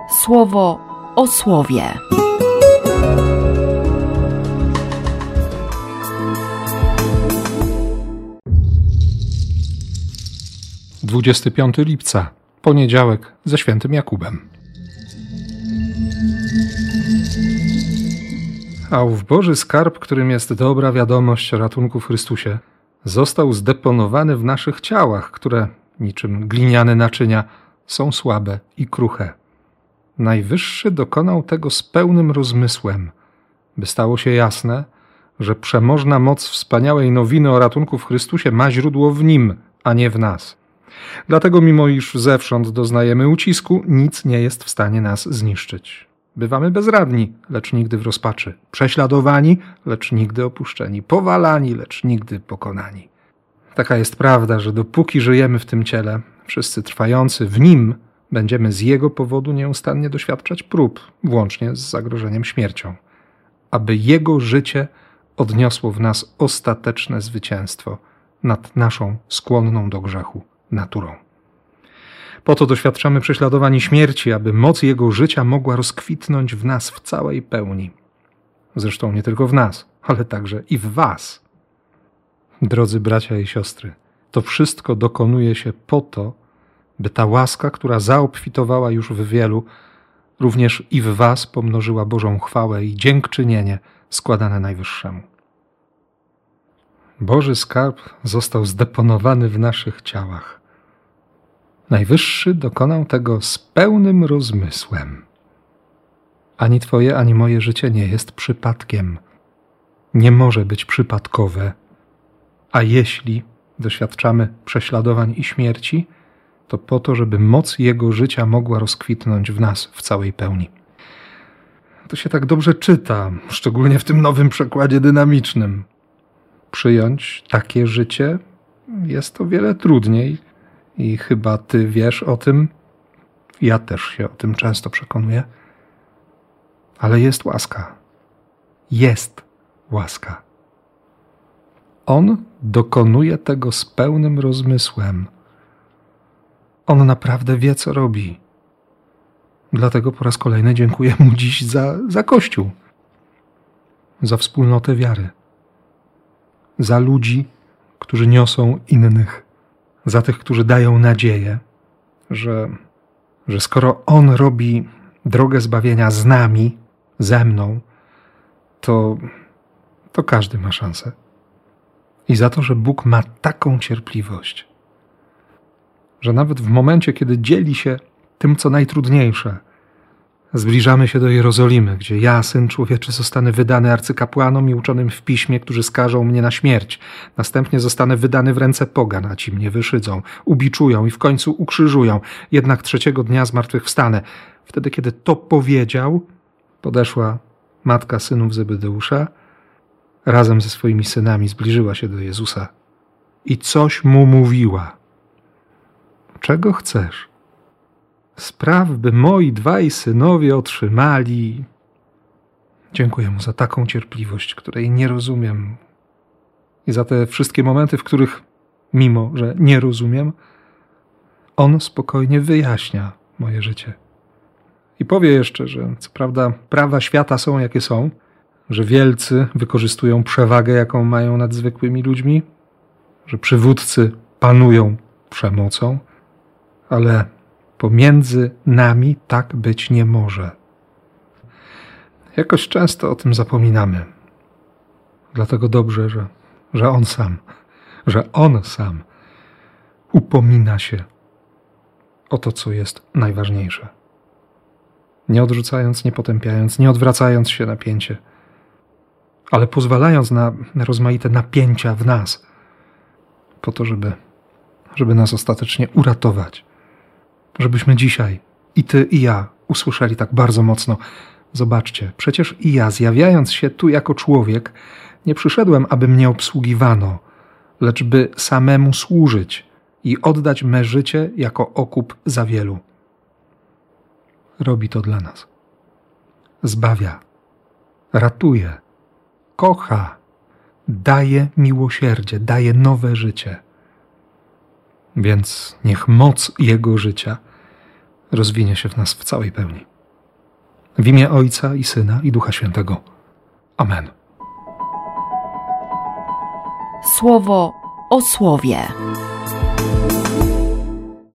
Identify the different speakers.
Speaker 1: Słowo o słowie.
Speaker 2: Dwudziesty 25 lipca, poniedziałek ze świętym Jakubem. A ów Boży skarb, którym jest dobra wiadomość o ratunku w Chrystusie, został zdeponowany w naszych ciałach, które, niczym gliniane naczynia, są słabe i kruche. Najwyższy dokonał tego z pełnym rozmysłem, by stało się jasne, że przemożna moc wspaniałej nowiny o ratunku w Chrystusie ma źródło w Nim, a nie w nas. Dlatego, mimo iż zewsząd doznajemy ucisku, nic nie jest w stanie nas zniszczyć. Bywamy bezradni, lecz nigdy w rozpaczy. Prześladowani, lecz nigdy opuszczeni. Powalani, lecz nigdy pokonani. Taka jest prawda, że dopóki żyjemy w tym ciele, wszyscy trwający w nim, będziemy z jego powodu nieustannie doświadczać prób, włącznie z zagrożeniem śmiercią. Aby jego życie odniosło w nas ostateczne zwycięstwo nad naszą skłonną do grzechu naturą. Po to doświadczamy prześladowań i śmierci, aby moc jego życia mogła rozkwitnąć w nas w całej pełni. Zresztą nie tylko w nas, ale także i w was. Drodzy bracia i siostry, to wszystko dokonuje się po to, by ta łaska, która zaobfitowała już w wielu, również i w was pomnożyła Bożą chwałę i dziękczynienie składane Najwyższemu. Boży skarb został zdeponowany w naszych ciałach. Najwyższy dokonał tego z pełnym rozmysłem. Ani twoje, ani moje życie nie jest przypadkiem. Nie może być przypadkowe. A jeśli doświadczamy prześladowań i śmierci, to po to, żeby moc jego życia mogła rozkwitnąć w nas w całej pełni. To się tak dobrze czyta, szczególnie w tym nowym przekładzie dynamicznym. Przyjąć takie życie jest o wiele trudniej i chyba ty wiesz o tym, ja też się o tym często przekonuję, ale jest łaska. Jest łaska. On dokonuje tego z pełnym rozmysłem. On naprawdę wie, co robi. Dlatego po raz kolejny dziękuję mu dziś za Kościół, za wspólnotę wiary, za ludzi, którzy niosą innych, za tych, którzy dają nadzieję, że skoro On robi drogę zbawienia z nami, ze mną, to każdy ma szansę. I za to, że Bóg ma taką cierpliwość, że nawet w momencie, kiedy dzieli się tym, co najtrudniejsze, zbliżamy się do Jerozolimy, gdzie ja, Syn Człowieczy, zostanę wydany arcykapłanom i uczonym w piśmie, którzy skażą mnie na śmierć. Następnie zostanę wydany w ręce pogan, a ci mnie wyszydzą, ubiczują i w końcu ukrzyżują. Jednak 3. dnia zmartwychwstanę. Wtedy, kiedy to powiedział, podeszła matka synów Zebedeusza, razem ze swoimi synami zbliżyła się do Jezusa i coś mu mówiła. Czego chcesz? Spraw, by moi 2 synowie otrzymali. Dziękuję mu za taką cierpliwość, której nie rozumiem. I za te wszystkie momenty, w których, mimo że nie rozumiem, on spokojnie wyjaśnia moje życie. I powie jeszcze, że co prawda prawa świata są jakie są, że wielcy wykorzystują przewagę, jaką mają nad zwykłymi ludźmi, że przywódcy panują przemocą, ale pomiędzy nami tak być nie może. Jakoś często o tym zapominamy. Dlatego dobrze, że On sam upomina się o to, co jest najważniejsze. Nie odrzucając, nie potępiając, nie odwracając się napięcie, ale pozwalając na rozmaite napięcia w nas, po to, żeby nas ostatecznie uratować. Żebyśmy dzisiaj, i ty, i ja, usłyszeli tak bardzo mocno: zobaczcie, przecież i ja, zjawiając się tu jako człowiek, nie przyszedłem, aby mnie obsługiwano, lecz by samemu służyć i oddać me życie jako okup za wielu. Robi to dla nas. Zbawia, ratuje, kocha, daje miłosierdzie, daje nowe życie. Więc niech moc Jego życia rozwinie się w nas w całej pełni. W imię Ojca i Syna i Ducha Świętego. Amen.
Speaker 1: Słowo o słowie.